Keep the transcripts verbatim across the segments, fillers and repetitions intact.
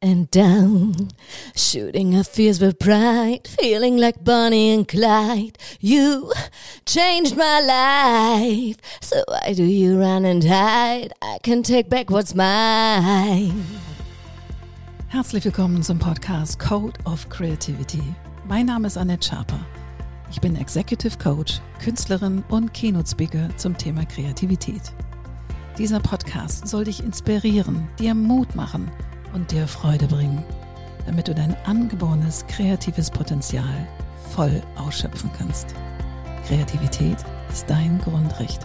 and down, shooting our fears with pride, feeling like Bonnie and Clyde. You changed my life, so why do you run and hide? I can take back what's mine. Herzlich willkommen zum Podcast Code of Creativity. Mein Name ist Annette Schaper. Ich bin Executive Coach, Künstlerin und Keynote-Speaker zum Thema Kreativität. Dieser Podcast soll dich inspirieren, dir Mut machen und dir Freude bringen, damit du dein angeborenes kreatives Potenzial voll ausschöpfen kannst. Kreativität ist dein Grundrecht.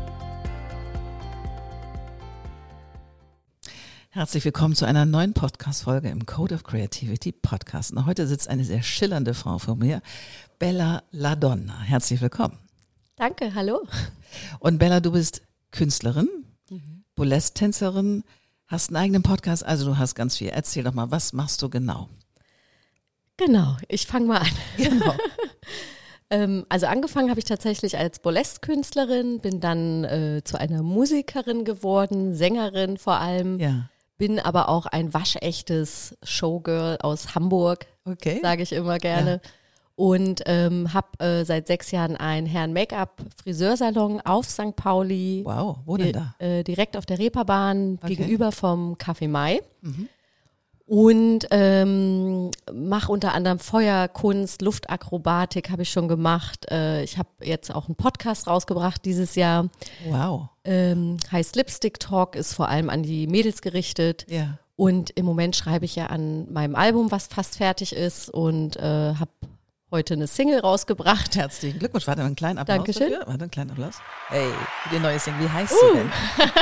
Herzlich willkommen zu einer neuen Podcast-Folge im Code of Creativity Podcast. Und heute sitzt eine sehr schillernde Frau vor mir, Bella Ladonna. Herzlich willkommen. Danke, hallo. Und Bella, du bist Künstlerin, mhm. Burlesque-Tänzerin, hast einen eigenen Podcast, also du hast ganz viel. Erzähl doch mal, was machst du genau? Genau, ich fange mal an. Genau. ähm, also angefangen habe ich tatsächlich als Burlesque-Künstlerin, bin dann äh, zu einer Musikerin geworden, Sängerin vor allem. Ja. Bin aber auch ein waschechtes Showgirl aus Hamburg, okay. sage ich immer gerne. Ja. Und ähm, habe äh, seit sechs Jahren einen Herren-Make-up-Friseursalon auf Sankt Pauli. Wow, wo denn da? Äh, direkt auf der Reeperbahn, okay. Gegenüber vom Café Mai. Mhm. Und ähm, mache unter anderem Feuerkunst, Luftakrobatik habe ich schon gemacht. Äh, ich habe jetzt auch einen Podcast rausgebracht dieses Jahr. Wow. Ähm, heißt Lipstick Talk, ist vor allem an die Mädels gerichtet. Ja. Und im Moment schreibe ich ja an meinem Album, was fast fertig ist, und äh, habe heute eine Single rausgebracht. Herzlichen Glückwunsch. Warte mal, einen kleinen Applaus Dankeschön. dafür. Warte, einen kleinen Applaus. Hey, die neue Single, wie heißt uh. sie denn?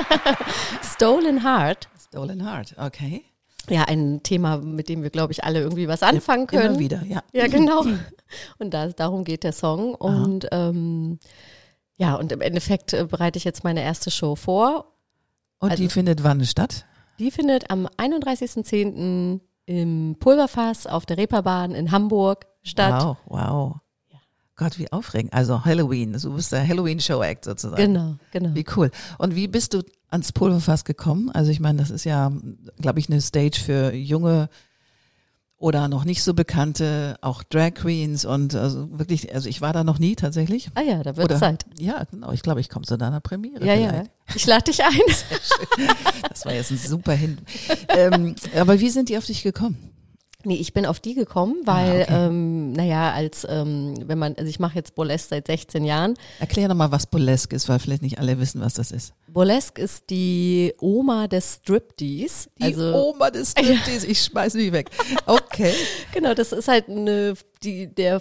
Stolen Heart. Stolen Heart, okay. Ja, ein Thema, mit dem wir, glaube ich, alle irgendwie was anfangen können. Immer wieder, ja. Ja, genau. Und da, darum geht der Song. Und ähm, ja, und im Endeffekt äh, bereite ich jetzt meine erste Show vor. Und also, die findet wann statt? Die findet am einunddreißigsten zehnten im Pulverfass auf der Reeperbahn in Hamburg statt. Wow, wow. Ja. Gott, wie aufregend. Also Halloween, du bist der Halloween-Show-Act sozusagen. Genau, genau. Wie cool. Und wie bist du ans Pulverfass gekommen? Also ich meine, das ist ja, glaube ich, eine Stage für junge oder noch nicht so bekannte, auch Drag Queens und also wirklich, also ich war da noch nie tatsächlich. Ah ja, da wird es Zeit. Ja, genau. Ich glaube, ich komme zu deiner Premiere. Ja, vielleicht. ja. Ich lade dich ein. Sehr schön. Das war jetzt ein super Hin. ähm, aber wie sind die auf dich gekommen? Nee, ich bin auf die gekommen, weil, ah, okay. ähm, naja, als, ähm, wenn man, also ich mache jetzt Burlesque seit sechzehn Jahren. Erklär doch mal, was Burlesque ist, weil vielleicht nicht alle wissen, was das ist. Burlesque ist die Oma des Striptease. Die also, Oma des Striptease, ich schmeiß mich weg. Okay. Genau, das ist halt eine, die, der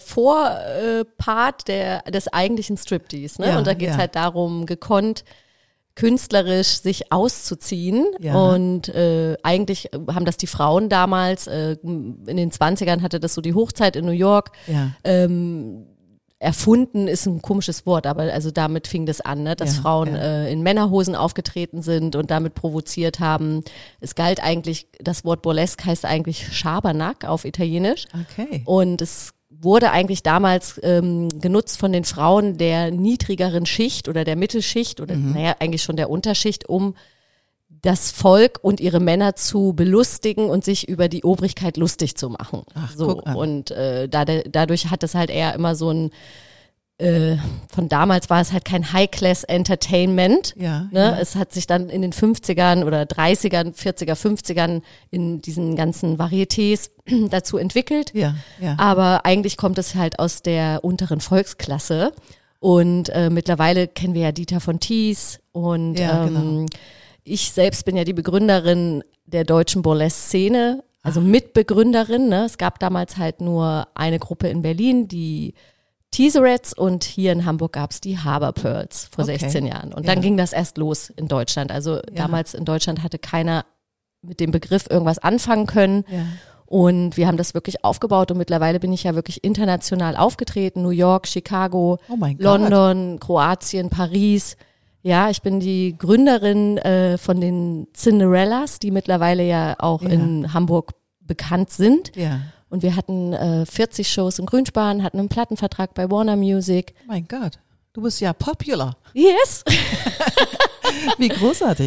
Vorpart der, des eigentlichen Striptease, ne? Ja, und da geht's ja. halt darum, gekonnt künstlerisch sich auszuziehen, ja. und äh, eigentlich haben das die Frauen damals, äh, in den zwanzigern hatte das so die Hochzeit in New York, ja. ähm, erfunden ist ein komisches Wort, aber also damit fing das an, ne, dass ja, Frauen ja. äh, in Männerhosen aufgetreten sind und damit provoziert haben. Es galt eigentlich, das Wort Burlesque heißt eigentlich Schabernack auf Italienisch. Okay. Und es wurde eigentlich damals ähm, genutzt von den Frauen der niedrigeren Schicht oder der Mittelschicht oder Mhm. naja, eigentlich schon der Unterschicht, um das Volk und ihre Männer zu belustigen und sich über die Obrigkeit lustig zu machen. Ach, so guck an. und äh, da, dadurch hat es halt eher immer so ein äh, von damals war es halt kein High-Class-Entertainment. Ja, ne? ja. Es hat sich dann in den fünfzigern oder dreißigern, vierziger, fünfzigern in diesen ganzen Varietés dazu entwickelt. Ja, ja. Aber eigentlich kommt es halt aus der unteren Volksklasse. Und äh, mittlerweile kennen wir ja Dieter von Thies. Und Ja, ähm, genau. ich selbst bin ja die Begründerin der deutschen Burlesque-Szene. Also Mitbegründerin. Ne? Es gab damals halt nur eine Gruppe in Berlin, die Teaserettes, und hier in Hamburg gab's die Harbor Pearls vor Okay. sechzehn Jahren. Und Ja. dann ging das erst los in Deutschland. Also damals in Deutschland hatte keiner mit dem Begriff irgendwas anfangen können. Ja. Und wir haben das wirklich aufgebaut, und mittlerweile bin ich ja wirklich international aufgetreten. New York, Chicago, Oh mein Gott. London, Kroatien, Paris. Ja, ich bin die Gründerin äh, von den Cinderellas, die mittlerweile ja auch Ja. in Hamburg bekannt sind. Ja. Und wir hatten äh, vierzig Shows in Grünspan, hatten einen Plattenvertrag bei Warner Music. Oh mein Gott, du bist ja popular. Yes. Wie großartig.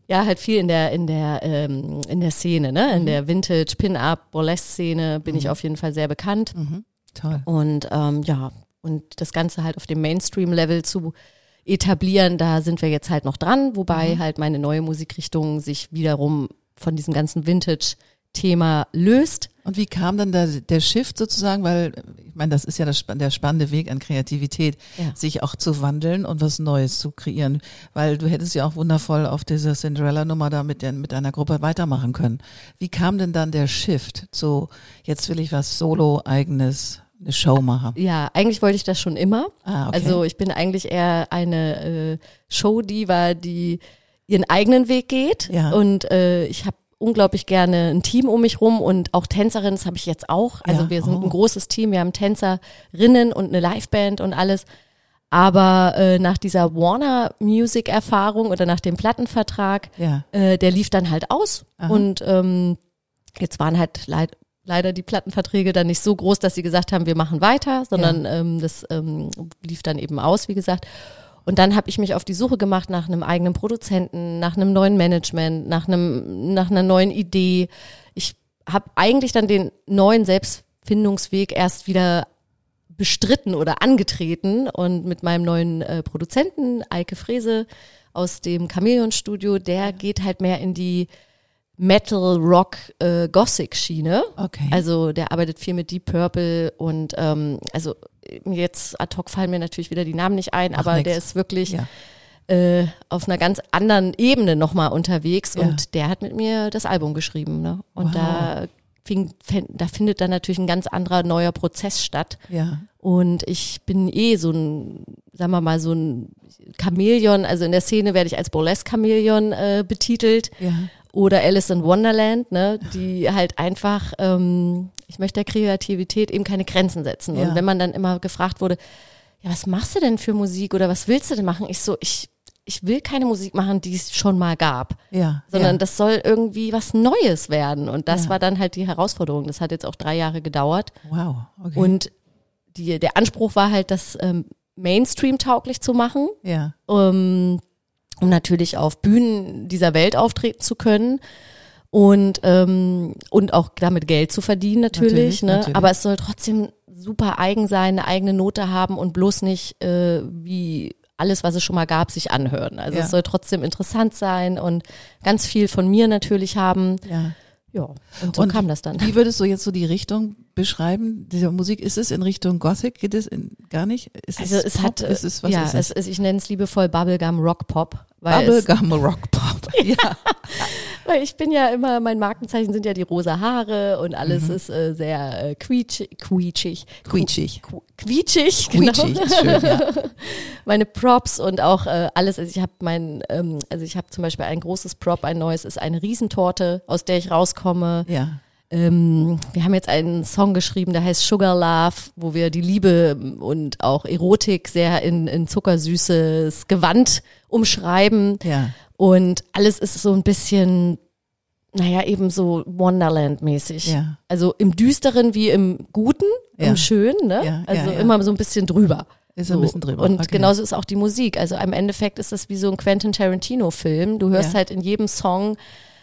Ja, halt viel in der in der ähm, in der Szene, ne, in Mhm. der Vintage Pin-Up Burlesque-Szene bin Mhm. ich auf jeden Fall sehr bekannt. Mhm. Toll. Und ähm, ja, und das Ganze halt auf dem Mainstream-Level zu etablieren, da sind wir jetzt halt noch dran, wobei Mhm. halt meine neue Musikrichtung sich wiederum von diesem ganzen Vintage-Thema löst. Und wie kam dann da der Shift sozusagen, weil ich meine, das ist ja das, der spannende Weg an Kreativität, Ja. sich auch zu wandeln und was Neues zu kreieren, weil du hättest ja auch wundervoll auf dieser Cinderella-Nummer da mit, der, mit einer Gruppe weitermachen können. Wie kam denn dann der Shift zu, jetzt will ich was Solo-eigenes, eine Show machen? Ja, eigentlich wollte ich das schon immer. Ah, okay. Also ich bin eigentlich eher eine äh, Showdiva, die ihren eigenen Weg geht. Ja. Und äh, ich habe unglaublich gerne ein Team um mich rum und auch Tänzerinnen, das habe ich jetzt auch. Also Ja, wir sind oh. ein großes Team, wir haben Tänzerinnen und eine Liveband und alles. Aber äh, nach dieser Warner Music Erfahrung oder nach dem Plattenvertrag, Ja. äh, der lief dann halt aus. Aha. Und ähm, jetzt waren halt leid, leider die Plattenverträge dann nicht so groß, dass sie gesagt haben, wir machen weiter, sondern ähm, das ähm, lief dann eben aus, wie gesagt. Und dann habe ich mich auf die Suche gemacht nach einem eigenen Produzenten, nach einem neuen Management, nach einem nach einer neuen Idee. Ich habe eigentlich dann den neuen Selbstfindungsweg erst wieder bestritten oder angetreten und mit meinem neuen äh, Produzenten Eike Frese aus dem Chameleon Studio, der geht halt mehr in die Metal, Rock, äh, Gothic Schiene. Okay. Also der arbeitet viel mit Deep Purple und ähm, also jetzt ad hoc fallen mir natürlich wieder die Namen nicht ein, Ach, aber nix. der ist wirklich Ja. äh, auf einer ganz anderen Ebene nochmal unterwegs Ja. und der hat mit mir das Album geschrieben. Ne? Und Wow. da fing, da findet dann natürlich ein ganz anderer neuer Prozess statt. Ja. Und ich bin eh so ein, sagen wir mal, so ein Chamäleon, also in der Szene werde ich als Burlesque-Chamäleon äh, betitelt. Ja. Oder Alice in Wonderland, ne, die halt einfach, ähm, ich möchte der Kreativität eben keine Grenzen setzen. Ja. Und wenn man dann immer gefragt wurde, ja, was machst du denn für Musik oder was willst du denn machen? Ich so, ich, ich will keine Musik machen, die es schon mal gab, Ja. sondern ja. das soll irgendwie was Neues werden. Und das Ja. war dann halt die Herausforderung. Das hat jetzt auch drei Jahre gedauert. Wow. Okay. Und die, der Anspruch war halt, das ähm, Mainstream-tauglich zu machen. ja. Um, um natürlich auf Bühnen dieser Welt auftreten zu können und ähm, und auch damit Geld zu verdienen natürlich, Natürlich, ne? natürlich. Aber es soll trotzdem super eigen sein, eine eigene Note haben und bloß nicht äh, wie alles, was es schon mal gab, sich anhören. Also Ja. es soll trotzdem interessant sein und ganz viel von mir natürlich haben. Ja. Ja, und so Und kam das dann. Wie würdest du jetzt so die Richtung beschreiben dieser Musik? Ist es in Richtung Gothic? Geht es in, gar nicht? Ist Also es, es Pop? hat, ist es, was ja, ist es es? ist, ich nenne es liebevoll Bubblegum Rock Pop, weil es, Bubblegum Rock Pop. Ja. weil ich bin ja immer, mein Markenzeichen sind ja die rosa Haare und alles ist äh, sehr äh, quietschig, quietschig, Quietschig. Qu- quietschig, genau. Quietschig ist schön, ja. Meine Props und auch äh, alles. Also ich habe mein, ähm, also ich habe zum Beispiel ein großes Prop, ein neues ist eine Riesentorte, aus der ich rauskomme. Ja. Ähm, wir haben jetzt einen Song geschrieben, der heißt Sugar Love, wo wir die Liebe und auch Erotik sehr in, in zuckersüßes Gewand umschreiben. Ja. Und alles ist so ein bisschen, naja, eben so Wonderland-mäßig. Ja. Also im Düsteren wie im Guten, Ja. im Schönen, ne? Ja, also ja, ja. immer so ein bisschen drüber. Ist So. ein bisschen drüber. Und okay. genauso ist auch die Musik. Also im Endeffekt ist das wie so ein Quentin Tarantino-Film. Du hörst Ja. halt in jedem Song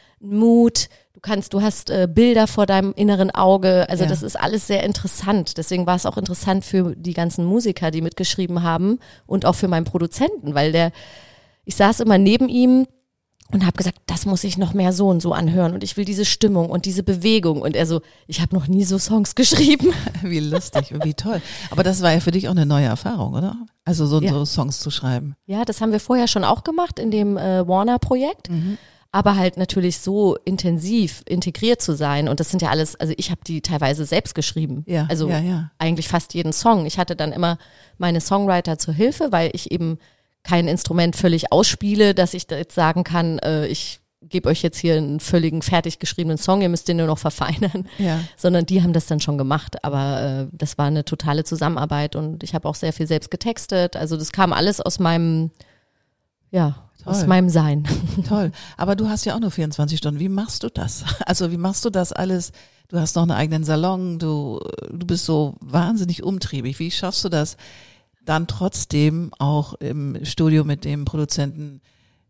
Mut, du kannst, du hast äh, Bilder vor deinem inneren Auge. Also Ja. das ist alles sehr interessant. Deswegen war es auch interessant für die ganzen Musiker, die mitgeschrieben haben und auch für meinen Produzenten, weil der, ich saß immer neben ihm und habe gesagt, das muss ich noch mehr so und so anhören und ich will diese Stimmung und diese Bewegung. Und er so, ich habe noch nie so Songs geschrieben. Wie lustig und wie toll. Aber das war ja für dich auch eine neue Erfahrung, oder? Also so, Ja. so Songs zu schreiben. Ja, das haben wir vorher schon auch gemacht in dem äh, Warner-Projekt. Mhm. Aber halt natürlich so intensiv integriert zu sein. Und das sind ja alles, also ich habe die teilweise selbst geschrieben. Ja, also ja, ja. eigentlich fast jeden Song. Ich hatte dann immer meine Songwriter zur Hilfe, weil ich eben kein Instrument völlig ausspiele, dass ich da jetzt sagen kann, äh, ich gebe euch jetzt hier einen völligen fertig geschriebenen Song, ihr müsst den nur noch verfeinern. Ja. Sondern die haben das dann schon gemacht. Aber äh, das war eine totale Zusammenarbeit und ich habe auch sehr viel selbst getextet. Also das kam alles aus meinem, ja, aus Toll. meinem Sein. Toll. Aber du hast ja auch nur vierundzwanzig Stunden. Wie machst du das? Also wie machst du das alles? Du hast noch einen eigenen Salon, du, du bist so wahnsinnig umtriebig. Wie schaffst du das, dann trotzdem auch im Studio mit dem Produzenten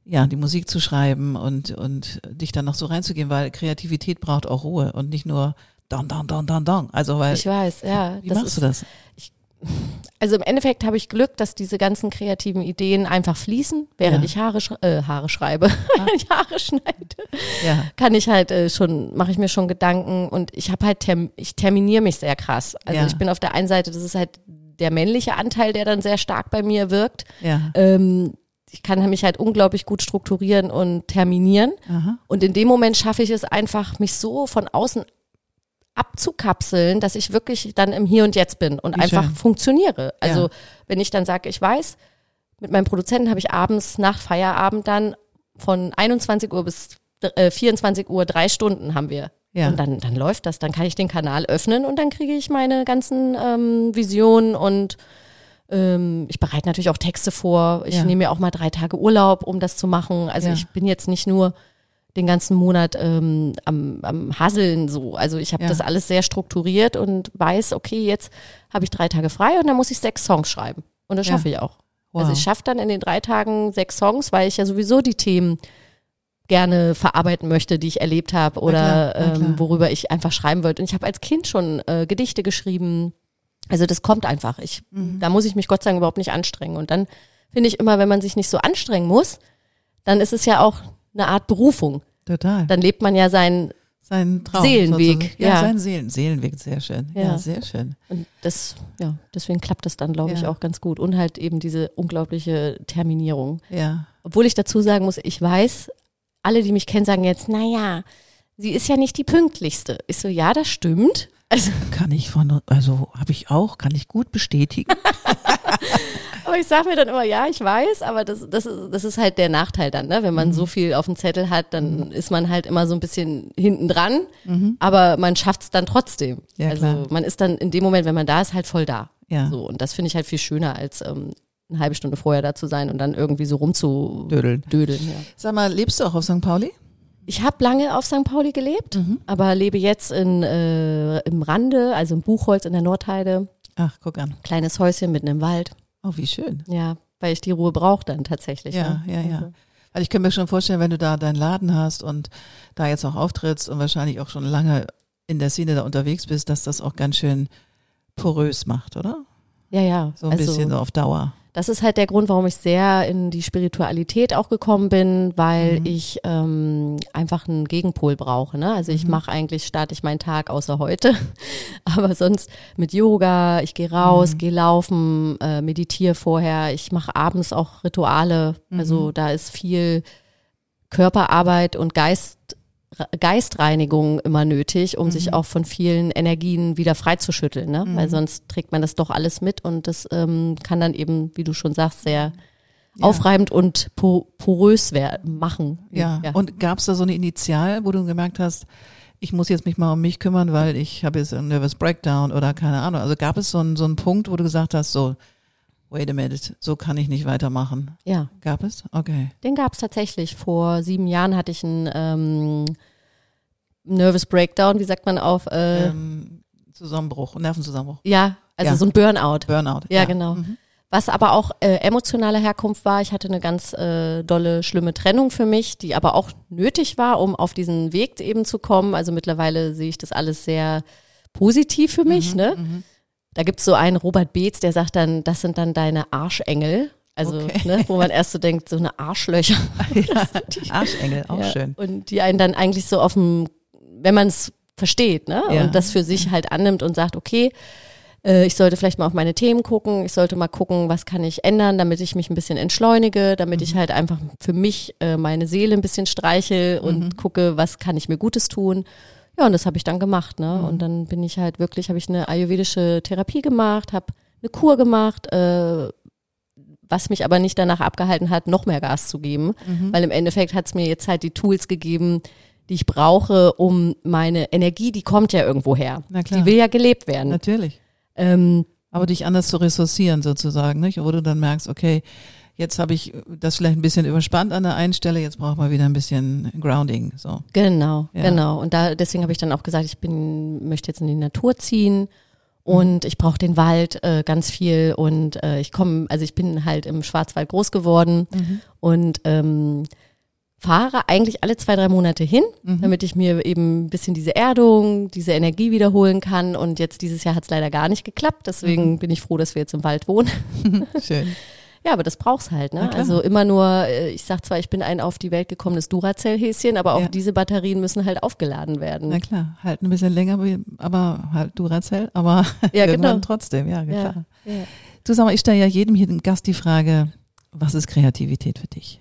ja, die Musik zu schreiben und, und dich dann noch so reinzugehen, weil Kreativität braucht auch Ruhe und nicht nur don, don, don, don, don. Also, weil. Ich weiß, ja. Wie machst ist, du das? Ich, also im Endeffekt habe ich Glück, dass diese ganzen kreativen Ideen einfach fließen, während Ja. ich Haare, sch- äh, Haare schreibe, wenn ich Haare schneide, Ja. kann ich halt äh, schon, mache ich mir schon Gedanken und ich habe halt, term- ich terminiere mich sehr krass. Also Ja. ich bin auf der einen Seite, das ist halt der männliche Anteil, der dann sehr stark bei mir wirkt. Ja. Ähm, ich kann mich halt unglaublich gut strukturieren und terminieren. Aha. Und in dem Moment schaffe ich es einfach, mich so von außen abzukapseln, dass ich wirklich dann im Hier und Jetzt bin und Wie einfach schön. funktioniere. Also Ja. wenn ich dann sage, ich weiß, mit meinem Produzenten habe ich abends nach Feierabend dann von einundzwanzig Uhr bis äh, vierundzwanzig Uhr drei Stunden haben wir. Ja. Und dann, dann läuft das, dann kann ich den Kanal öffnen und dann kriege ich meine ganzen ähm, Visionen und ähm, ich bereite natürlich auch Texte vor. Ich Ja. nehme mir auch mal drei Tage Urlaub, um das zu machen. Also Ja. ich bin jetzt nicht nur den ganzen Monat ähm, am, am Hasseln so. Also ich habe Ja. das alles sehr strukturiert und weiß, okay, jetzt habe ich drei Tage frei und dann muss ich sechs Songs schreiben. Und das Ja. schaffe ich auch. Wow. Also ich schaffe dann in den drei Tagen sechs Songs, weil ich ja sowieso die Themen gerne verarbeiten möchte, die ich erlebt habe oder klar, na klar. ähm, worüber ich einfach schreiben wollte. Und ich habe als Kind schon äh, Gedichte geschrieben. Also das kommt einfach. Ich, Mhm. Da muss ich mich Gott sei Dank überhaupt nicht anstrengen. Und dann finde ich immer, wenn man sich nicht so anstrengen muss, dann ist es ja auch eine Art Berufung. Total. Dann lebt man ja seinen Sein Traum. Seelenweg, sozusagen. Ja, ja. sein Seelen, Seelenweg, sehr schön. Ja, Ja. sehr schön. und das, ja, deswegen klappt das dann, glaube ich, Ja. auch ganz gut. Und halt eben diese unglaubliche Terminierung. Ja. Obwohl ich dazu sagen muss, ich weiß, alle, die mich kennen, sagen jetzt, naja, sie ist ja nicht die pünktlichste. Ich so, ja, das stimmt. Also, Kann ich von, also habe ich auch, kann ich gut bestätigen. aber ich sage mir dann immer, ja, ich weiß, aber das, das, ist, das ist halt der Nachteil dann, ne? Wenn man Mhm. so viel auf dem Zettel hat, dann ist man halt immer so ein bisschen hinten dran, Mhm. aber man schafft es dann trotzdem. Ja, also klar. man ist dann in dem Moment, wenn man da ist, halt voll da. Ja. So, und das finde ich halt viel schöner, als ähm, eine halbe Stunde vorher da zu sein und dann irgendwie so rumzudödeln. Dödeln. Dödeln, ja. Sag mal, lebst du auch auf Sankt Pauli? Ich habe lange auf Sankt Pauli gelebt, aber lebe jetzt in, äh, im Rande, also im Buchholz in der Nordheide. Ach, guck an. Kleines Häuschen mitten im Wald. Oh, wie schön. Ja, weil ich die Ruhe brauche dann tatsächlich. Ja, ne? ja, ja. Also, Weil ich kann mir schon vorstellen, wenn du da deinen Laden hast und da jetzt auch auftrittst und wahrscheinlich auch schon lange in der Szene da unterwegs bist, dass das auch ganz schön porös macht, oder? ja, ja. So ein also, bisschen so auf Dauer. Das ist halt der Grund, warum ich sehr in die Spiritualität auch gekommen bin, weil Mhm. ich ähm, einfach einen Gegenpol brauche. Ne? Also ich Mhm. mache eigentlich, starte ich meinen Tag außer heute, aber sonst mit Yoga, ich gehe raus, Mhm. gehe laufen, äh, meditiere vorher, ich mache abends auch Rituale. Mhm. Also da ist viel Körperarbeit und Geist, Geistreinigung immer nötig, um Mhm. sich auch von vielen Energien wieder freizuschütteln, ne? Mhm. Weil sonst trägt man das doch alles mit und das ähm, kann dann eben, wie du schon sagst, sehr Ja. aufreibend und po porös werden, machen. Ja. Und gab es da so eine Initial, wo du gemerkt hast, ich muss jetzt mich mal um mich kümmern, weil ich habe jetzt einen Nervous Breakdown oder keine Ahnung. Also gab es so einen, so einen Punkt, wo du gesagt hast, so, wait a minute, so kann ich nicht weitermachen. ja, Gab es? Okay. den gab es tatsächlich. Vor sieben Jahren hatte ich einen ähm, Nervous Breakdown, wie sagt man auf, äh, Ähm, Zusammenbruch, Nervenzusammenbruch. ja, also ja. so ein Burnout. Burnout. Ja, genau. Mhm. Was aber auch äh, emotionaler Herkunft war. Ich hatte eine ganz äh, dolle, schlimme Trennung für mich, die aber auch nötig war, um auf diesen Weg eben zu kommen. Also mittlerweile sehe ich das alles sehr positiv für mich. Mhm, Ne? mhm. Da gibt's so einen Robert Beetz, der sagt dann, das sind dann deine Arschengel. Also, Okay. ne, wo man erst so denkt, so eine Arschlöcher. Ja, Arschengel, auch Ja, schön. Und die einen dann eigentlich so auf dem, wenn man es versteht, ne? Ja. Und das für sich halt annimmt und sagt, okay, äh, ich sollte vielleicht mal auf meine Themen gucken, ich sollte mal gucken, was kann ich ändern, damit ich mich ein bisschen entschleunige, damit Mhm. ich halt einfach für mich äh, meine Seele ein bisschen streichel und Mhm. gucke, was kann ich mir Gutes tun. Ja, und das habe ich dann gemacht, ne? Mhm. Und dann bin ich halt wirklich, habe ich eine ayurvedische Therapie gemacht, habe eine Kur gemacht, äh, was mich aber nicht danach abgehalten hat, noch mehr Gas zu geben. Mhm. Weil im Endeffekt hat es mir jetzt halt die Tools gegeben, die ich brauche, um meine Energie, die kommt ja irgendwo her. Na klar. Die will ja gelebt werden. Natürlich. Ähm, Aber dich anders zu ressourcieren sozusagen, nicht? Wo du dann merkst, okay, jetzt habe ich das vielleicht ein bisschen überspannt an der einen Stelle, jetzt braucht man wieder ein bisschen Grounding, so. genau, Ja. genau. Und da deswegen habe ich dann auch gesagt, ich bin möchte jetzt in die Natur ziehen Und ich brauche den Wald äh, ganz viel und äh, ich komme, also ich bin halt im Schwarzwald groß geworden mhm. und ähm, fahre eigentlich alle zwei, drei Monate hin, mhm. damit ich mir eben ein bisschen diese Erdung, diese Energie wiederholen kann. Und jetzt dieses Jahr hat es leider gar nicht geklappt, deswegen mhm. bin ich froh, dass wir jetzt im Wald wohnen. Schön. Ja, aber das brauchst halt, ne? Also immer nur, ich sag zwar, ich bin ein auf die Welt gekommenes Duracell-Häschen, aber auch ja. diese Batterien müssen halt aufgeladen werden. Na klar, halt ein bisschen länger, aber halt Duracell, aber ja, irgendwann genau. trotzdem, ja, klar. Ja, ja. Du sag mal, ich stelle ja jedem hier den Gast die Frage, was ist Kreativität für dich?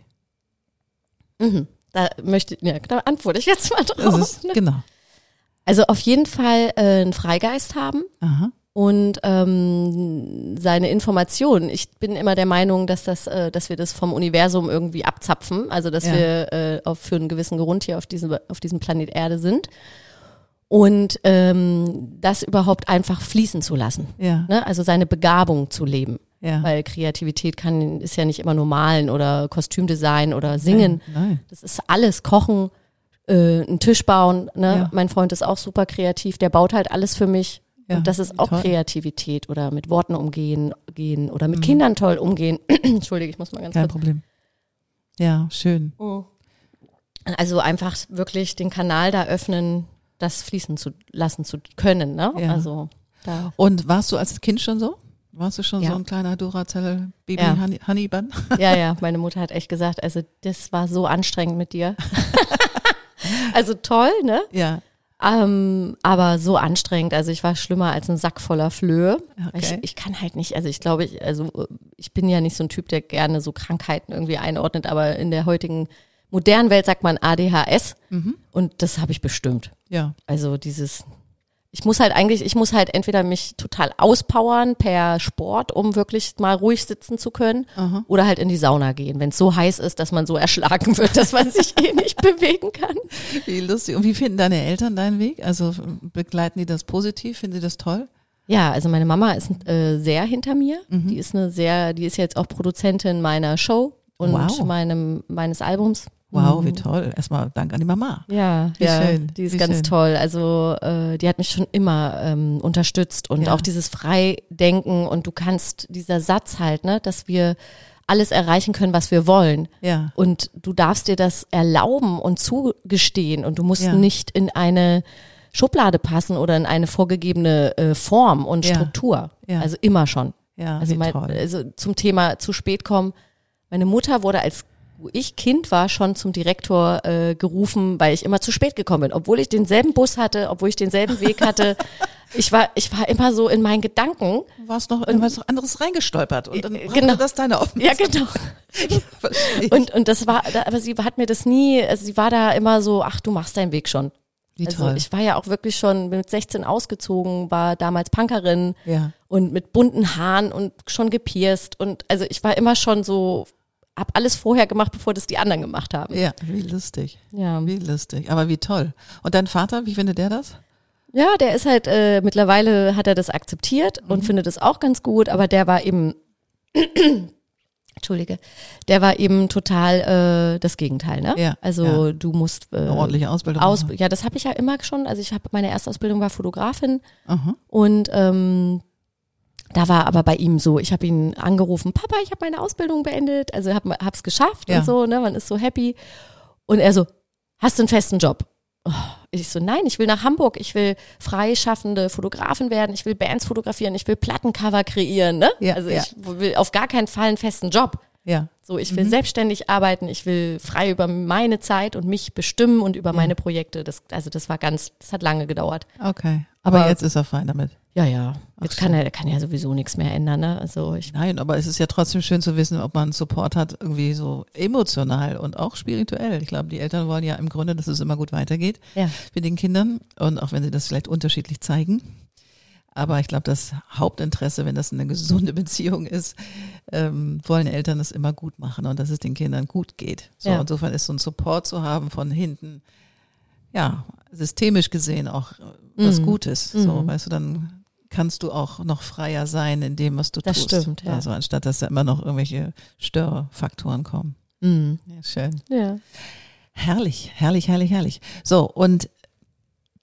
Mhm. Da möchte, ja, da antworte ich jetzt mal drauf. Das ist, ne? Genau. Also auf jeden Fall äh, einen Freigeist haben. Aha. Und ähm, seine Informationen. Ich bin immer der Meinung, dass das, äh, dass wir das vom Universum irgendwie abzapfen, also dass ja. wir äh, auf, für einen gewissen Grund hier auf diesem auf diesem Planet Erde sind und ähm, das überhaupt einfach fließen zu lassen. Ja. Ne? Also seine Begabung zu leben, ja. weil Kreativität kann ist ja nicht immer nur malen oder Kostümdesign oder singen. Nein, nein. Das ist alles Kochen, äh, einen Tisch bauen. Ne? Ja. Mein Freund ist auch super kreativ, der baut halt alles für mich. Ja, und das ist auch toll. Kreativität oder mit Worten umgehen gehen oder mit mhm. Kindern toll umgehen. Entschuldige, ich muss mal ganz Kein kurz. Kein Problem. Ja, schön. Also einfach wirklich den Kanal da öffnen, das fließen zu lassen zu können. Ne? Ja. Also da. Und warst du als Kind schon so? Warst du schon ja. so ein kleiner Duracell-Baby ja. Honeybun? Ja, ja, meine Mutter hat echt gesagt, also das war so anstrengend mit dir. Also toll, ne? Ja. Ähm, aber so anstrengend, also ich war schlimmer als ein Sack voller Flöhe. Okay. Ich, ich kann halt nicht, also ich glaube, ich, also ich bin ja nicht so ein Typ, der gerne so Krankheiten irgendwie einordnet, aber in der heutigen modernen Welt sagt man A D H S mhm. und das habe ich bestimmt. Ja. Also dieses, ich muss halt eigentlich, ich muss halt entweder mich total auspowern per Sport, um wirklich mal ruhig sitzen zu können, aha. oder halt in die Sauna gehen, wenn es so heiß ist, dass man so erschlagen wird, dass man sich eh nicht bewegen kann. Wie lustig. Und wie finden deine Eltern deinen Weg? Also begleiten die das positiv? Finden die das toll? Ja, also meine Mama ist äh, sehr hinter mir. Mhm. Die ist eine sehr, die ist jetzt auch Produzentin meiner Show und wow. meinem meines Albums. Wow, wie toll. Erstmal Dank an die Mama. Ja, wie ja, schön. Die ist wie ganz schön. toll. Also äh, die hat mich schon immer ähm, unterstützt und ja. auch dieses Freidenken und du kannst, dieser Satz halt, ne, dass wir alles erreichen können, was wir wollen. Ja. Und du darfst dir das erlauben und zugestehen und du musst ja. nicht in eine Schublade passen oder in eine vorgegebene äh, Form und ja. Struktur. Ja. Also immer schon. Ja, also, wie mein, toll. also zum Thema zu spät kommen. Meine Mutter wurde als wo ich Kind war, schon zum Direktor äh, gerufen, weil ich immer zu spät gekommen bin. Obwohl ich denselben Bus hatte, obwohl ich denselben Weg hatte. Ich war ich war immer so in meinen Gedanken. Du warst noch in was anderes reingestolpert und dann brauchte genau. das deine Aufmerksamkeit. Ja, genau. und, und das war, aber sie hat mir das nie, also sie war da immer so, ach, du machst deinen Weg schon. Wie also toll. Ich war ja auch wirklich schon mit sechzehn ausgezogen, war damals Punkerin ja. und mit bunten Haaren und schon gepierst und also ich war immer schon so, hab alles vorher gemacht, bevor das die anderen gemacht haben. Ja, wie lustig. Ja. Wie lustig, aber wie toll. Und dein Vater, wie findet der das? Ja, der ist halt, äh, mittlerweile hat er das akzeptiert mhm. und findet es auch ganz gut, aber der war eben, Entschuldige, der war eben total äh, das Gegenteil, ne? Ja, also ja. du musst äh, eine ordentliche Ausbildung aus, machen. Ja, das habe ich ja immer schon, also ich habe, meine erste Ausbildung war Fotografin Aha. und ähm, da war aber bei ihm so, ich habe ihn angerufen, Papa, ich habe meine Ausbildung beendet, also hab, hab's geschafft ja. und so, ne, man ist so happy. Und er so, hast du einen festen Job? Oh, ich so, nein, ich will nach Hamburg, ich will freischaffende Fotografin werden, ich will Bands fotografieren, ich will Plattencover kreieren, ne? Ja, also ja. ich will auf gar keinen Fall einen festen Job. Ja. So, ich will mhm. selbstständig arbeiten, ich will frei über meine Zeit und mich bestimmen und über ja. meine Projekte. Das, also das war ganz, das hat lange gedauert. Okay, aber, aber jetzt ist er fein damit. Ja, ja. Jetzt Ach, kann er, kann ja sowieso nichts mehr ändern, ne? Also ich. Nein, aber es ist ja trotzdem schön zu wissen, ob man Support hat, irgendwie so emotional und auch spirituell. Ich glaube, die Eltern wollen ja im Grunde, dass es immer gut weitergeht ja. für den Kindern und auch wenn sie das vielleicht unterschiedlich zeigen. Aber ich glaube, das Hauptinteresse, wenn das eine gesunde Beziehung ist, ähm, wollen Eltern das immer gut machen und dass es den Kindern gut geht. So, ja. insofern ist so ein Support zu haben von hinten, ja, systemisch gesehen auch was mhm. Gutes. So, mhm. weißt du, dann kannst du auch noch freier sein in dem, was du das tust. Das stimmt, ja. Also anstatt, dass da immer noch irgendwelche Störfaktoren kommen. Mhm. Ja, schön. Ja. Herrlich, herrlich, herrlich, herrlich. So, und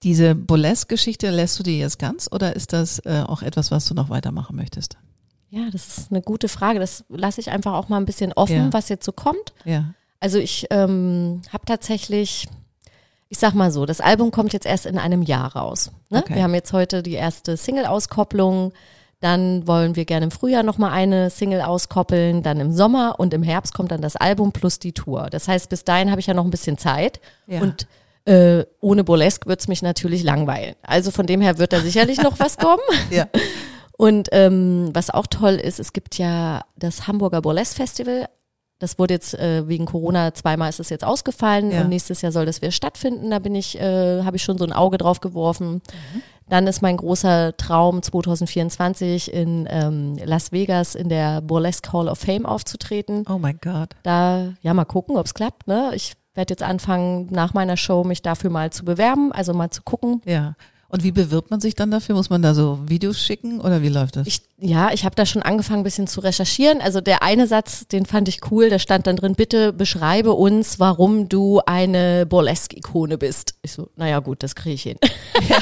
Diese Burlesque-Geschichte, lässt du die jetzt ganz oder ist das äh, auch etwas, was du noch weitermachen möchtest? Ja, das ist eine gute Frage. Das lasse ich einfach auch mal ein bisschen offen, Ja. was jetzt so kommt. Ja. Also ich ähm, habe tatsächlich, ich sag mal so, das Album kommt jetzt erst in einem Jahr raus. Ne? Okay. Wir haben jetzt heute die erste Single-Auskopplung. Dann wollen wir gerne im Frühjahr nochmal eine Single auskoppeln. Dann im Sommer und im Herbst kommt dann das Album plus die Tour. Das heißt, bis dahin habe ich ja noch ein bisschen Zeit. Ja. Und Äh, ohne Burlesque wird's mich natürlich langweilen. Also von dem her wird da sicherlich noch was kommen. Ja. Und ähm, was auch toll ist, es gibt ja das Hamburger Burlesque Festival. Das wurde jetzt äh, wegen Corona zweimal ist es jetzt ausgefallen Ja. und nächstes Jahr soll das wieder stattfinden. Da bin ich, äh, habe ich schon so ein Auge drauf geworfen. Mhm. Dann ist mein großer Traum zwanzig vierundzwanzig in ähm, Las Vegas in der Burlesque Hall of Fame aufzutreten. Oh mein Gott. Da, ja, mal gucken, ob's klappt. Ne? Ich werde jetzt anfangen, nach meiner Show mich dafür mal zu bewerben, also mal zu gucken. Ja. Und wie bewirbt man sich dann dafür? Muss man da so Videos schicken oder wie läuft das? Ich, ja, ich habe da schon angefangen, ein bisschen zu recherchieren. Also der eine Satz, den fand ich cool, da stand dann drin, bitte beschreibe uns, warum du eine Burlesque-Ikone bist. Ich so, naja gut, das kriege ich hin. Ja.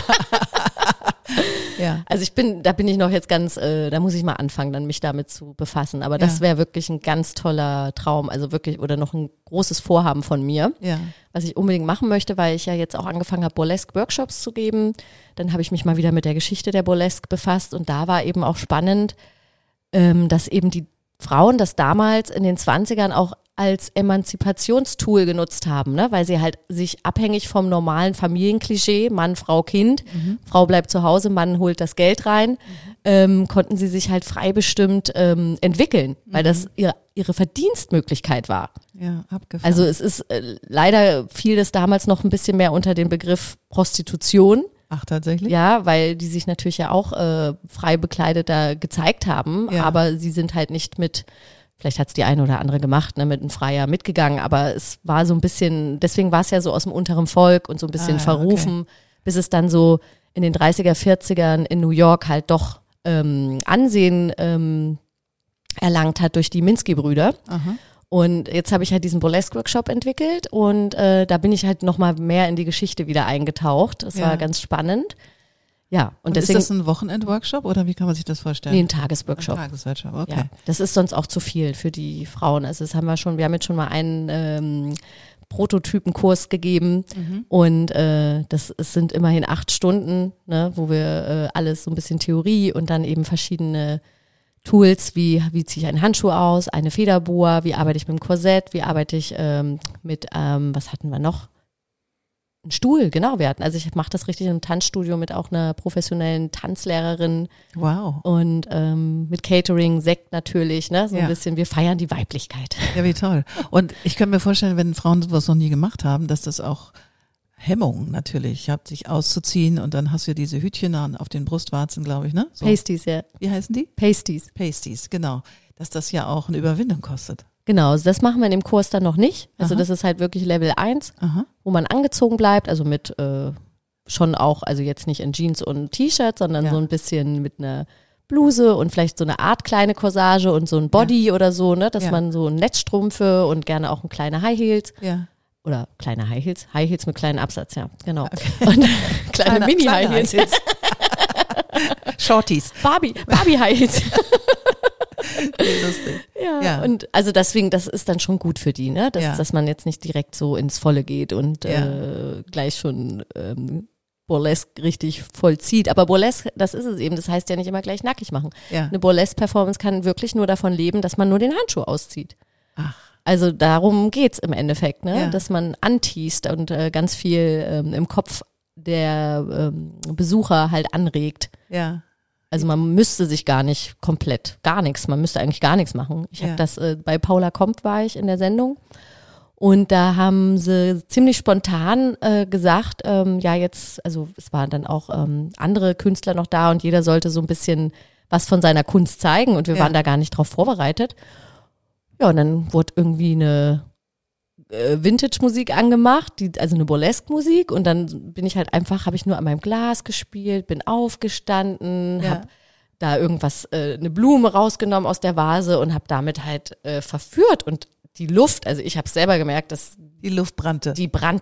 Ja. Also ich bin, da bin ich noch jetzt ganz, äh, da muss ich mal anfangen, dann mich damit zu befassen. Aber das Ja. wäre wirklich ein ganz toller Traum, also wirklich, oder noch ein großes Vorhaben von mir, Ja. was ich unbedingt machen möchte, weil ich ja jetzt auch angefangen habe, Burlesque-Workshops zu geben. Dann habe ich mich mal wieder mit der Geschichte der Burlesque befasst und da war eben auch spannend, ähm, dass eben die Frauen das damals in den zwanzigern auch als Emanzipationstool genutzt haben, ne? Weil sie halt sich abhängig vom normalen Familienklischee, Mann, Frau, Kind, Mhm. Frau bleibt zu Hause, Mann holt das Geld rein, mhm. ähm, konnten sie sich halt frei bestimmt ähm, entwickeln, mhm. weil das ihre, ihre Verdienstmöglichkeit war. Ja, abgefahren. Also es ist, äh, leider fiel das damals noch ein bisschen mehr unter den Begriff Prostitution. Ach, tatsächlich? Ja, weil die sich natürlich ja auch äh, frei bekleidet da gezeigt haben, Ja. aber sie sind halt nicht mit, vielleicht hat's die eine oder andere gemacht, ne, mit einem Freier mitgegangen, aber es war so ein bisschen, deswegen war es ja so aus dem unteren Volk und so ein bisschen Ah, ja, verrufen, bis es dann so in den dreißiger, vierzigern in New York halt doch ähm, Ansehen ähm, erlangt hat durch die Minsky-Brüder. Aha. Und jetzt habe ich halt diesen Burlesque-Workshop entwickelt und äh, da bin ich halt nochmal mehr in die Geschichte wieder eingetaucht. Das Ja. war ganz spannend. Ja, und, Und deswegen, ist das ein Wochenend-Workshop oder wie kann man sich das vorstellen? nee, ein Tagesworkshop. Ein Tagesworkshop, okay. Ja, das ist sonst auch zu viel für die Frauen. Also das haben wir schon, wir haben jetzt schon mal einen ähm, Prototypenkurs gegeben Mhm. und äh, das es sind immerhin acht Stunden, ne, wo wir äh, alles so ein bisschen Theorie und dann eben verschiedene Tools, wie wie ziehe ich einen Handschuh aus, eine Federboa, wie arbeite ich mit dem Korsett, wie arbeite ich ähm, mit, ähm, was hatten wir noch? Ein Stuhl, genau, wir hatten. Also ich mache das richtig im Tanzstudio mit auch einer professionellen Tanzlehrerin Wow. und ähm, mit Catering, Sekt natürlich, ne, so ein Ja. bisschen, wir feiern die Weiblichkeit. Ja, wie toll. Und ich kann mir vorstellen, wenn Frauen sowas noch nie gemacht haben, dass das auch Hemmung natürlich hat, sich auszuziehen und dann hast du diese Hütchen an, auf den Brustwarzen, glaube ich, ne? So. Pasties, ja. Wie heißen die? Pasties. Pasties, genau. Dass das ja auch eine Überwindung kostet. Genau, also das machen wir in dem Kurs dann noch nicht. Also Aha. das ist halt wirklich Level eins, Aha. wo man angezogen bleibt, also mit äh, schon auch, also jetzt nicht in Jeans und T-Shirt, sondern Ja. so ein bisschen mit einer Bluse und vielleicht so eine Art kleine Corsage und so ein Body oder so, ne, dass Ja. man so Netzstrümpfe und gerne auch ein kleine High Heels Ja. oder kleine High Heels, High Heels mit kleinen Absatz, ja, genau. Okay. Und kleine Kleine- Mini kleine High Heels. Shorties. Barbie, Barbie High Heels. Wie lustig. Ja, Ja. und also deswegen, das ist dann schon gut für die, ne? Dass, Ja. dass man jetzt nicht direkt so ins Volle geht und Ja. äh, gleich schon ähm, Burlesque richtig vollzieht. Aber Burlesque, das ist es eben, das heißt ja nicht immer gleich nackig machen. Ja. Eine Burlesque-Performance kann wirklich nur davon leben, dass man nur den Handschuh auszieht. Ach. Also darum geht's im Endeffekt, ne? Ja. Dass man anteast und äh, ganz viel ähm, im Kopf der ähm, Besucher halt anregt. Ja. Also man müsste sich gar nicht komplett, gar nichts, man müsste eigentlich gar nichts machen. Ich Ja. habe das, äh, bei Paula Kommt war ich in der Sendung und da haben sie ziemlich spontan äh, gesagt, ähm, ja jetzt, also es waren dann auch ähm, andere Künstler noch da und jeder sollte so ein bisschen was von seiner Kunst zeigen und wir Ja. waren da gar nicht drauf vorbereitet. Ja, und dann wurde irgendwie eine äh, Vintage-Musik angemacht, die, also eine Burlesque-Musik und dann bin ich halt einfach, habe ich nur an meinem Glas gespielt, bin aufgestanden, Ja. habe da irgendwas, äh, eine Blume rausgenommen aus der Vase und habe damit halt äh, verführt und die Luft, also ich habe selber gemerkt, dass Die Luft brannte. die brannte.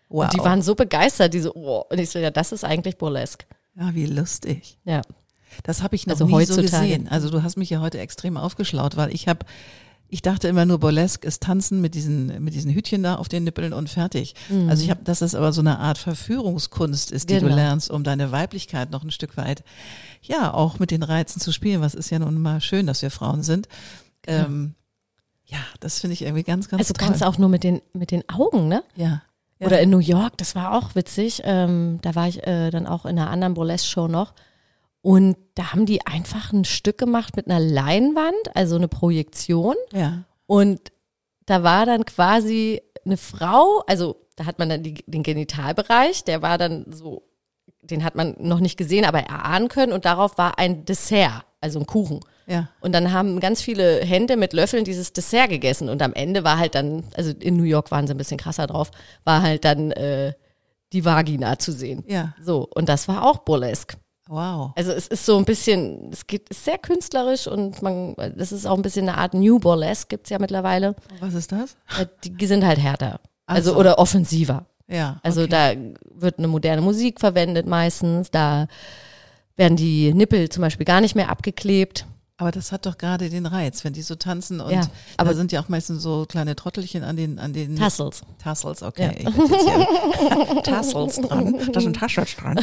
Wow. Und die waren so begeistert, die so, oh. Und ich so, ja, das ist eigentlich Burlesque. Ja, wie lustig. Ja. Das habe ich noch Also nie heutzutage. so gesehen. Also du hast mich ja heute extrem aufgeschlaut, weil ich habe, ich dachte immer nur Burlesque ist Tanzen mit diesen mit diesen Hütchen da auf den Nippeln und fertig. Mhm. Also ich habe, dass es aber so eine Art Verführungskunst ist, die Genau. du lernst, um deine Weiblichkeit noch ein Stück weit, ja, auch mit den Reizen zu spielen. Was ist ja nun mal schön, dass wir Frauen sind. Genau. Ähm, ja, das finde ich irgendwie ganz, ganz Also toll. kannst auch nur mit den, mit den Augen, ne? Ja. Ja. Oder in New York, das war auch witzig. Ähm, da war ich äh, dann auch in einer anderen Burlesque-Show noch. Und da haben die einfach ein Stück gemacht mit einer Leinwand, also eine Projektion. Ja. Und da war dann quasi eine Frau, also da hat man dann die, den Genitalbereich, der war dann so, den hat man noch nicht gesehen, aber erahnen können. Und darauf war ein Dessert, also ein Kuchen. Ja. Und dann haben ganz viele Hände mit Löffeln dieses Dessert gegessen. Und am Ende war halt dann, also in New York waren sie ein bisschen krasser drauf, war halt dann äh, die Vagina zu sehen. Ja. So, und das war auch Burlesque. Wow. Also es ist so ein bisschen, es geht, ist sehr künstlerisch und man, das ist auch ein bisschen eine Art New Burlesque, gibt's ja mittlerweile. Was ist das? Äh, Die sind halt härter. Ach Also so. oder offensiver. Ja. Also okay. da wird eine moderne Musik verwendet meistens, da werden die Nippel zum Beispiel gar nicht mehr abgeklebt. Aber das hat doch gerade den Reiz, wenn die so tanzen und Ja, aber da sind ja auch meistens so kleine Trottelchen an den an den Tassels. Tassels, okay. Ja. Ich hab jetzt hier Tassels dran. Da sind Tassels dran.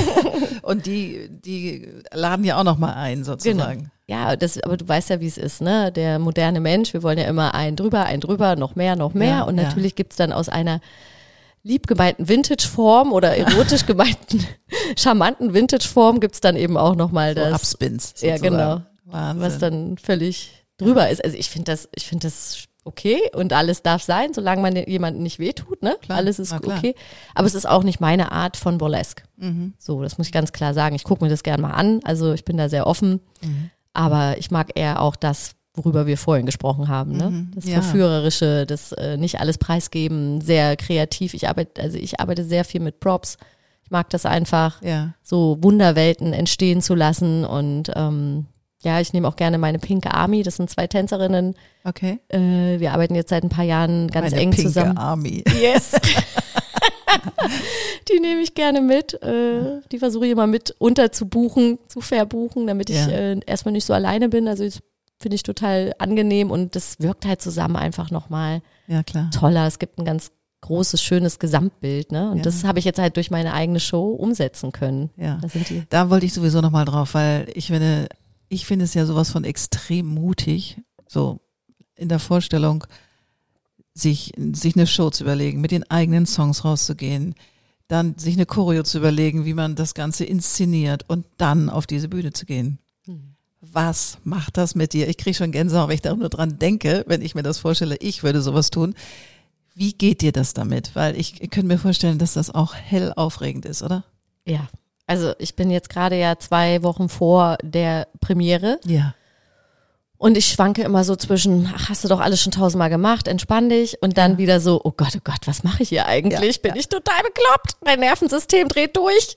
Und die die laden ja auch noch mal ein sozusagen. Ja, das, aber du weißt ja, wie es ist, ne? Der moderne Mensch, wir wollen ja immer ein drüber, ein drüber, noch mehr, noch mehr. Ja, und ja. natürlich gibt's dann aus einer lieb gemeinten Vintage-Form oder erotisch gemeinten, charmanten Vintage-Form gibt's dann eben auch nochmal So das, Upspins ja sozusagen. genau, Wahnsinn. was dann völlig drüber ist. Also ich finde das, ich finde das okay und alles darf sein, solange man jemandem nicht wehtut, ne? Klar, Alles ist na klar. okay. Aber es ist auch nicht meine Art von Burlesque. Mhm. So, das muss ich ganz klar sagen. Ich gucke mir das gern mal an. Also ich bin da sehr offen. Mhm. Aber ich mag eher auch das, worüber wir vorhin gesprochen haben, ne? Mhm, Das ja. Verführerische, das äh, nicht alles preisgeben, sehr kreativ. Ich arbeite, also ich arbeite sehr viel mit Props. Ich mag das einfach, Ja. so Wunderwelten entstehen zu lassen. Und ähm, ja, ich nehme auch gerne meine Pink Army. Das sind zwei Tänzerinnen. Okay. Äh, wir arbeiten jetzt seit ein paar Jahren ganz Meine eng pinke zusammen. Army. Yes. Die nehme ich gerne mit. Äh, die versuche ich immer mit unterzubuchen, zu verbuchen, damit ich Ja. äh, erstmal nicht so alleine bin. Also das finde ich total angenehm und das wirkt halt zusammen einfach nochmal Ja, klar. toller. Es gibt ein ganz großes, schönes Gesamtbild, ne? Und Ja. das habe ich jetzt halt durch meine eigene Show umsetzen können. Ja. Das sind die. Da wollte ich sowieso noch mal drauf, weil ich finde, ich finde es ja sowas von extrem mutig, so in der Vorstellung, sich, sich eine Show zu überlegen, mit den eigenen Songs rauszugehen, dann sich eine Choreo zu überlegen, wie man das Ganze inszeniert und dann auf diese Bühne zu gehen. Hm. Was macht das mit dir? Ich kriege schon Gänsehaut, wenn ich da nur dran denke, wenn ich mir das vorstelle, ich würde sowas tun. Wie geht dir das damit? Weil ich, ich könnte mir vorstellen, dass das auch hell aufregend ist, oder? Ja. Also ich bin jetzt gerade ja zwei Wochen vor der Premiere. Ja. Und ich schwanke immer so zwischen, ach, hast du doch alles schon tausendmal gemacht, entspann dich. Und dann wieder so, oh Gott, oh Gott, was mache ich hier eigentlich? Ja, Bin ja. ich total bekloppt? Mein Nervensystem dreht durch.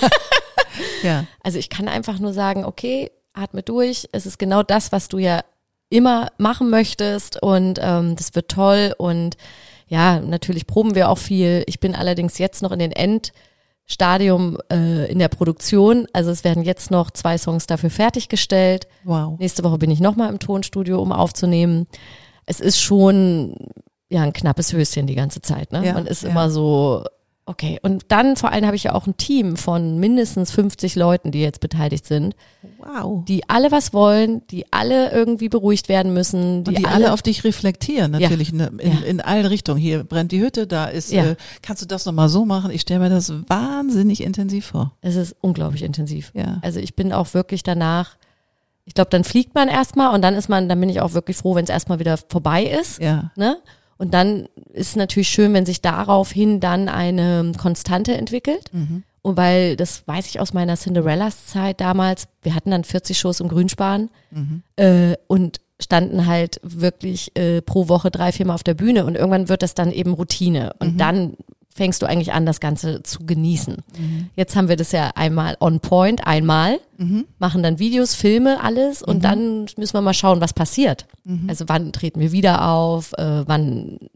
Ja. Also ich kann einfach nur sagen, okay, atme durch. Es ist genau das, was du ja immer machen möchtest. Und ähm, das wird toll. Und ja, natürlich proben wir auch viel. Ich bin allerdings jetzt noch in den Endstadium äh, in der Produktion. Also es werden jetzt noch zwei Songs dafür fertiggestellt. Wow. Nächste Woche bin ich nochmal im Tonstudio, um aufzunehmen. Es ist schon ja ein knappes Höschen die ganze Zeit. Ne? Ja, Man ist ja. immer so, okay. Und dann vor allem habe ich ja auch ein Team von mindestens fünfzig Leuten, die jetzt beteiligt sind, Wow. die alle was wollen, die alle irgendwie beruhigt werden müssen. Die, Und die alle, auf dich reflektieren, natürlich, ne, in, Ja. in allen Richtungen. Hier brennt die Hütte, da ist, Ja. äh, kannst du das nochmal so machen? Ich stelle mir das wahnsinnig intensiv vor. Es ist unglaublich intensiv. Ja. Also ich bin auch wirklich danach, ich glaube, dann fliegt man erstmal und dann ist man, dann bin ich auch wirklich froh, wenn es erstmal wieder vorbei ist. Ja. Ne? Und dann ist es natürlich schön, wenn sich daraufhin dann eine Konstante entwickelt. Mhm. Und weil, das weiß ich aus meiner Cinderellas-Zeit damals, wir hatten dann vierzig Shows im Grünspan Mhm. äh, und standen halt wirklich äh, pro Woche drei, viermal auf der Bühne und irgendwann wird das dann eben Routine und Mhm. dann fängst du eigentlich an, das Ganze zu genießen. Mhm. Jetzt haben wir das ja einmal on point, einmal, Mhm. machen dann Videos, Filme, alles und Mhm. dann müssen wir mal schauen, was passiert. Mhm. Also wann treten wir wieder auf, äh, wann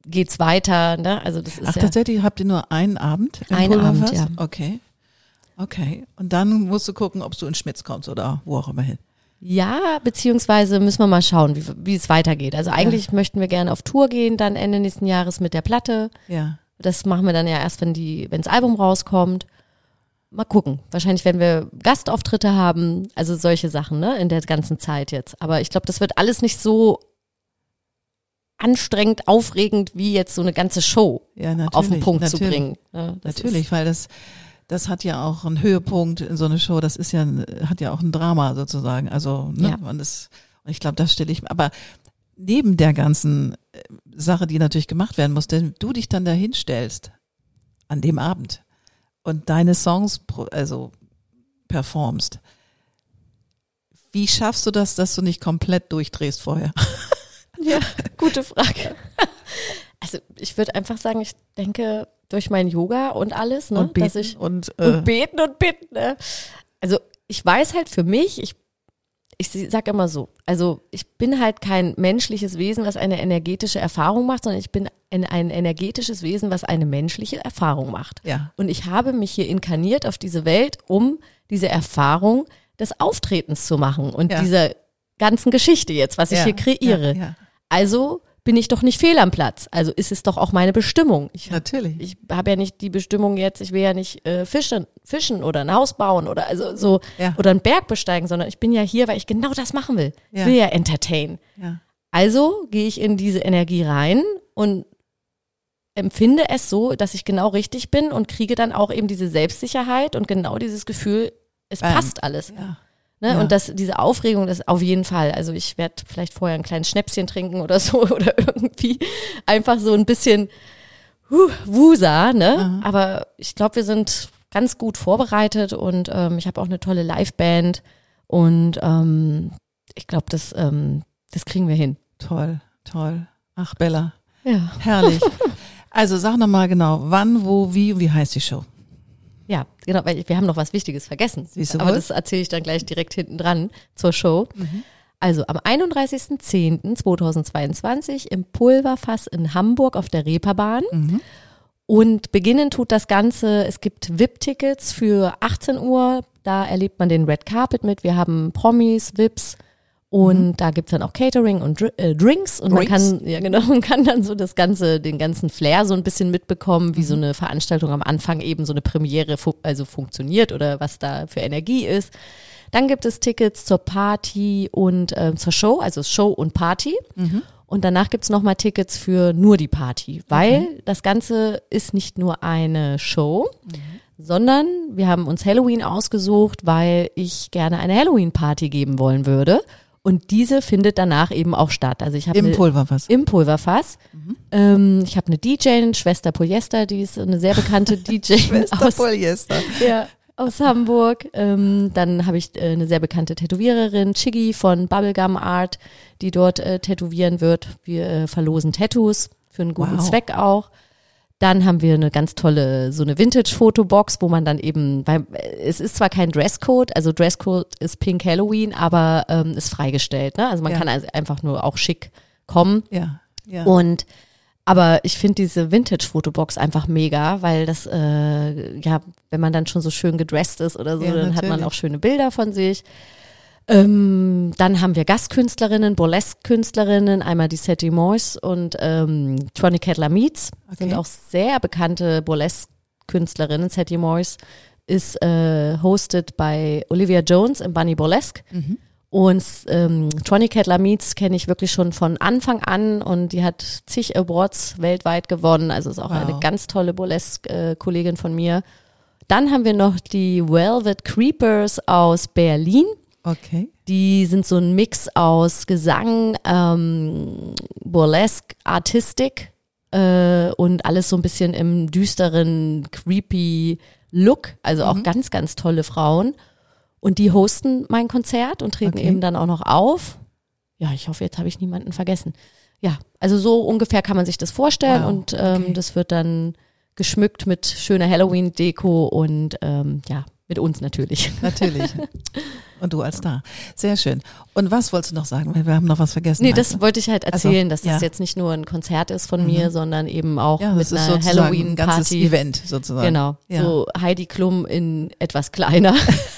geht's weiter, ne? Also das ist Ach, ja tatsächlich habt ihr nur einen Abend im Ein Pulverfass? Abend, ja. Okay. Okay. Und dann musst du gucken, ob du in Schmitz kommst oder wo auch immer hin. Ja, beziehungsweise müssen wir mal schauen, wie, wie es weitergeht. Also eigentlich Ja. möchten wir gerne auf Tour gehen, dann Ende nächsten Jahres mit der Platte. Ja. Das machen wir dann ja erst, wenn die, wenn das Album rauskommt. Mal gucken. Wahrscheinlich werden wir Gastauftritte haben, also solche Sachen, ne, in der ganzen Zeit jetzt. Aber ich glaube, das wird alles nicht so anstrengend, aufregend, wie jetzt so eine ganze Show Ja, natürlich. auf den Punkt natürlich. zu bringen. Ja, das Natürlich, ist, weil das, das hat ja auch einen Höhepunkt in so eine Show. Das ist ja, hat ja auch ein Drama sozusagen. Also, ne, Ja. und das, und ich glaube, das stelle ich, aber neben der ganzen äh, Sache, die natürlich gemacht werden muss, wenn du dich dann da hinstellst an dem Abend und deine Songs, pro- also performst, wie schaffst du das, dass du nicht komplett durchdrehst vorher? Ja, gute Frage. Also ich würde einfach sagen, ich denke durch mein Yoga und alles, ne, Und beten dass ich und, äh, und beten und bitten. Ne? Also ich weiß halt für mich, ich ich sag immer so, also ich bin halt kein menschliches Wesen, was eine energetische Erfahrung macht, sondern ich bin ein, ein energetisches Wesen, was eine menschliche Erfahrung macht. ja. Und ich habe mich hier inkarniert auf diese Welt, um diese Erfahrung des Auftretens zu machen und Ja. dieser ganzen Geschichte jetzt, was ich ja, hier kreiere. Ja, ja. Also bin ich doch nicht fehl am Platz. Also ist es doch auch meine Bestimmung. Ich, Natürlich. ich habe ja nicht die Bestimmung jetzt, ich will ja nicht äh, fischen, fischen oder ein Haus bauen oder also so Ja. oder einen Berg besteigen, sondern ich bin ja hier, weil ich genau das machen will. Ja. Ich will ja entertain. Ja. Also gehe ich in diese Energie rein und empfinde es so, dass ich genau richtig bin und kriege dann auch eben diese Selbstsicherheit und genau dieses Gefühl, es Bam. passt alles. Ja. Ne? Ja. Und das, diese Aufregung, das auf jeden Fall. Also ich werde vielleicht vorher ein kleines Schnäpschen trinken oder so oder irgendwie einfach so ein bisschen huh, Wusa, ne? Aha. Aber ich glaube, wir sind ganz gut vorbereitet und ähm, ich habe auch eine tolle Liveband und ähm, ich glaube, das, ähm, das kriegen wir hin. Toll, toll. Ach, Bella, Ja. herrlich. Also sag nochmal genau, wann, wo, wie und wie heißt die Show? Ja, genau, weil wir haben noch was Wichtiges vergessen. Siehst du Aber wohl? das erzähle ich dann gleich direkt hinten dran zur Show. Also am einunddreißigsten zehnten zweitausendzweiundzwanzig im Pulverfass in Hamburg auf der Reeperbahn. Und beginnen tut das Ganze, es gibt V I P-Tickets für achtzehn Uhr, da erlebt man den Red Carpet mit, wir haben Promis, V I Ps und da gibt's dann auch Catering und Dr- äh, Drinks und Drinks? man kann, ja genau, man kann dann so das Ganze, den ganzen Flair so ein bisschen mitbekommen, wie so eine Veranstaltung am Anfang eben so eine Premiere fu- also funktioniert oder was da für Energie ist. Dann gibt es Tickets zur Party und ähm, zur Show, also Show und Party. Und danach gibt's nochmal Tickets für nur die Party, weil das Ganze ist nicht nur eine Show, sondern wir haben uns Halloween ausgesucht, weil ich gerne eine Halloween-Party geben wollen würde. Und diese findet danach eben auch statt. Also ich habe Im eine- Pulverfass. im Pulverfass. Ähm, ich habe eine D J, Schwester Polyester, die ist eine sehr bekannte D J aus, Polyester. ja, aus Hamburg. Ähm, dann habe ich äh, eine sehr bekannte Tätowiererin, Chiggy von Bubblegum Art, die dort äh, tätowieren wird. Wir äh, verlosen Tattoos für einen guten Wow. Zweck auch. Dann haben wir eine ganz tolle, so eine Vintage-Fotobox, wo man dann eben, weil äh, es ist zwar kein Dresscode, also Dresscode ist Pink Halloween, aber ähm, ist freigestellt. Ne? Also man Ja. kann also einfach nur auch schick kommen. Ja, ja. Und aber ich finde diese Vintage-Fotobox einfach mega, weil das, äh, ja, wenn man dann schon so schön gedresst ist oder so, Ja, dann hat man natürlich. auch schöne Bilder von sich. Ähm, dann haben wir Gastkünstlerinnen, Burlesque-Künstlerinnen, einmal die Setty Moyes und ähm, Tronny Kettler Meets, Okay. sind auch sehr bekannte Burlesque-Künstlerinnen. Setty Moyes ist äh, hosted bei Olivia Jones im Bunny Burlesque. Und ähm, Tronny Kettler Meets kenne ich wirklich schon von Anfang an und die hat zig Awards weltweit gewonnen. Also ist auch Wow. eine ganz tolle Burlesque-Kollegin von mir. Dann haben wir noch die Velvet Creepers aus Berlin. Okay. Die sind so ein Mix aus Gesang, ähm, Burlesque, Artistik äh, und alles so ein bisschen im düsteren, creepy Look. Also auch ganz, ganz tolle Frauen. Und die hosten mein Konzert und treten Okay. eben dann auch noch auf. Ja, ich hoffe, jetzt habe ich niemanden vergessen. Ja, also so ungefähr kann man sich das vorstellen Wow, und ähm, okay. das wird dann geschmückt mit schöner Halloween-Deko und ähm, ja, mit uns natürlich. Natürlich. Und du als Star. Sehr schön. Und was wolltest du noch sagen? Wir haben noch was vergessen. Nee, das wollte ich halt erzählen, also, dass ja. das jetzt nicht nur ein Konzert ist von mhm. mir, sondern eben auch ja, mit einer Halloween-Party. Ein ganzes Halloween-Party. Event sozusagen. Genau, ja. so Heidi Klum in etwas kleiner.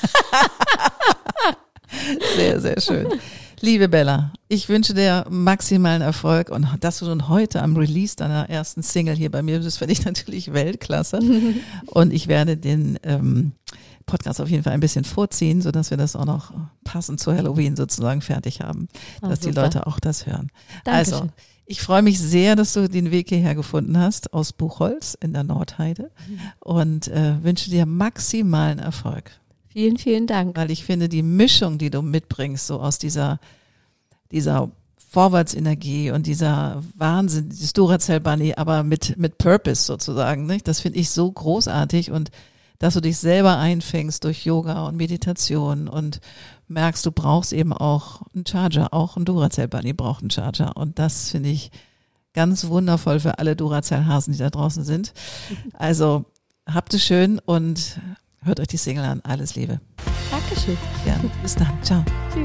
Sehr, sehr schön. Liebe Bella, ich wünsche dir maximalen Erfolg und dass du nun heute am Release deiner ersten Single hier bei mir bist, finde ich natürlich Weltklasse. Und ich werde den ähm, Podcast auf jeden Fall ein bisschen vorziehen, sodass wir das auch noch passend zu Halloween sozusagen fertig haben, oh, dass super. Die Leute auch das hören. Dankeschön. Also, ich freue mich sehr, dass du den Weg hierher gefunden hast aus Buchholz in der Nordheide und äh, wünsche dir maximalen Erfolg. Vielen, vielen Dank. Weil ich finde, die Mischung, die du mitbringst, so aus dieser, dieser Vorwärtsenergie und dieser Wahnsinn, dieses Duracell Bunny, aber mit, mit Purpose sozusagen, nicht? Das finde ich so großartig und dass du dich selber einfängst durch Yoga und Meditation und merkst, du brauchst eben auch einen Charger, auch ein Duracell Bunny braucht einen Charger und das finde ich ganz wundervoll für alle Duracell-Hasen, die da draußen sind. Also habt es schön und hört euch die Single an. Alles Liebe. Dankeschön. Ja, bis dann. Ciao. Tschüss.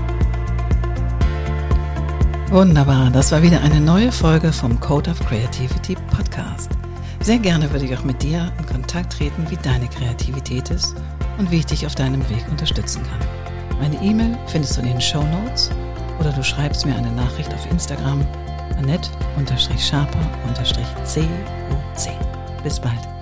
Wunderbar. Das war wieder eine neue Folge vom Code of Creativity Podcast. Sehr gerne würde ich auch mit dir in Kontakt treten, wie deine Kreativität ist und wie ich dich auf deinem Weg unterstützen kann. Meine E-Mail findest du in den Shownotes oder du schreibst mir eine Nachricht auf Instagram annette-sharper-coc. Bis bald.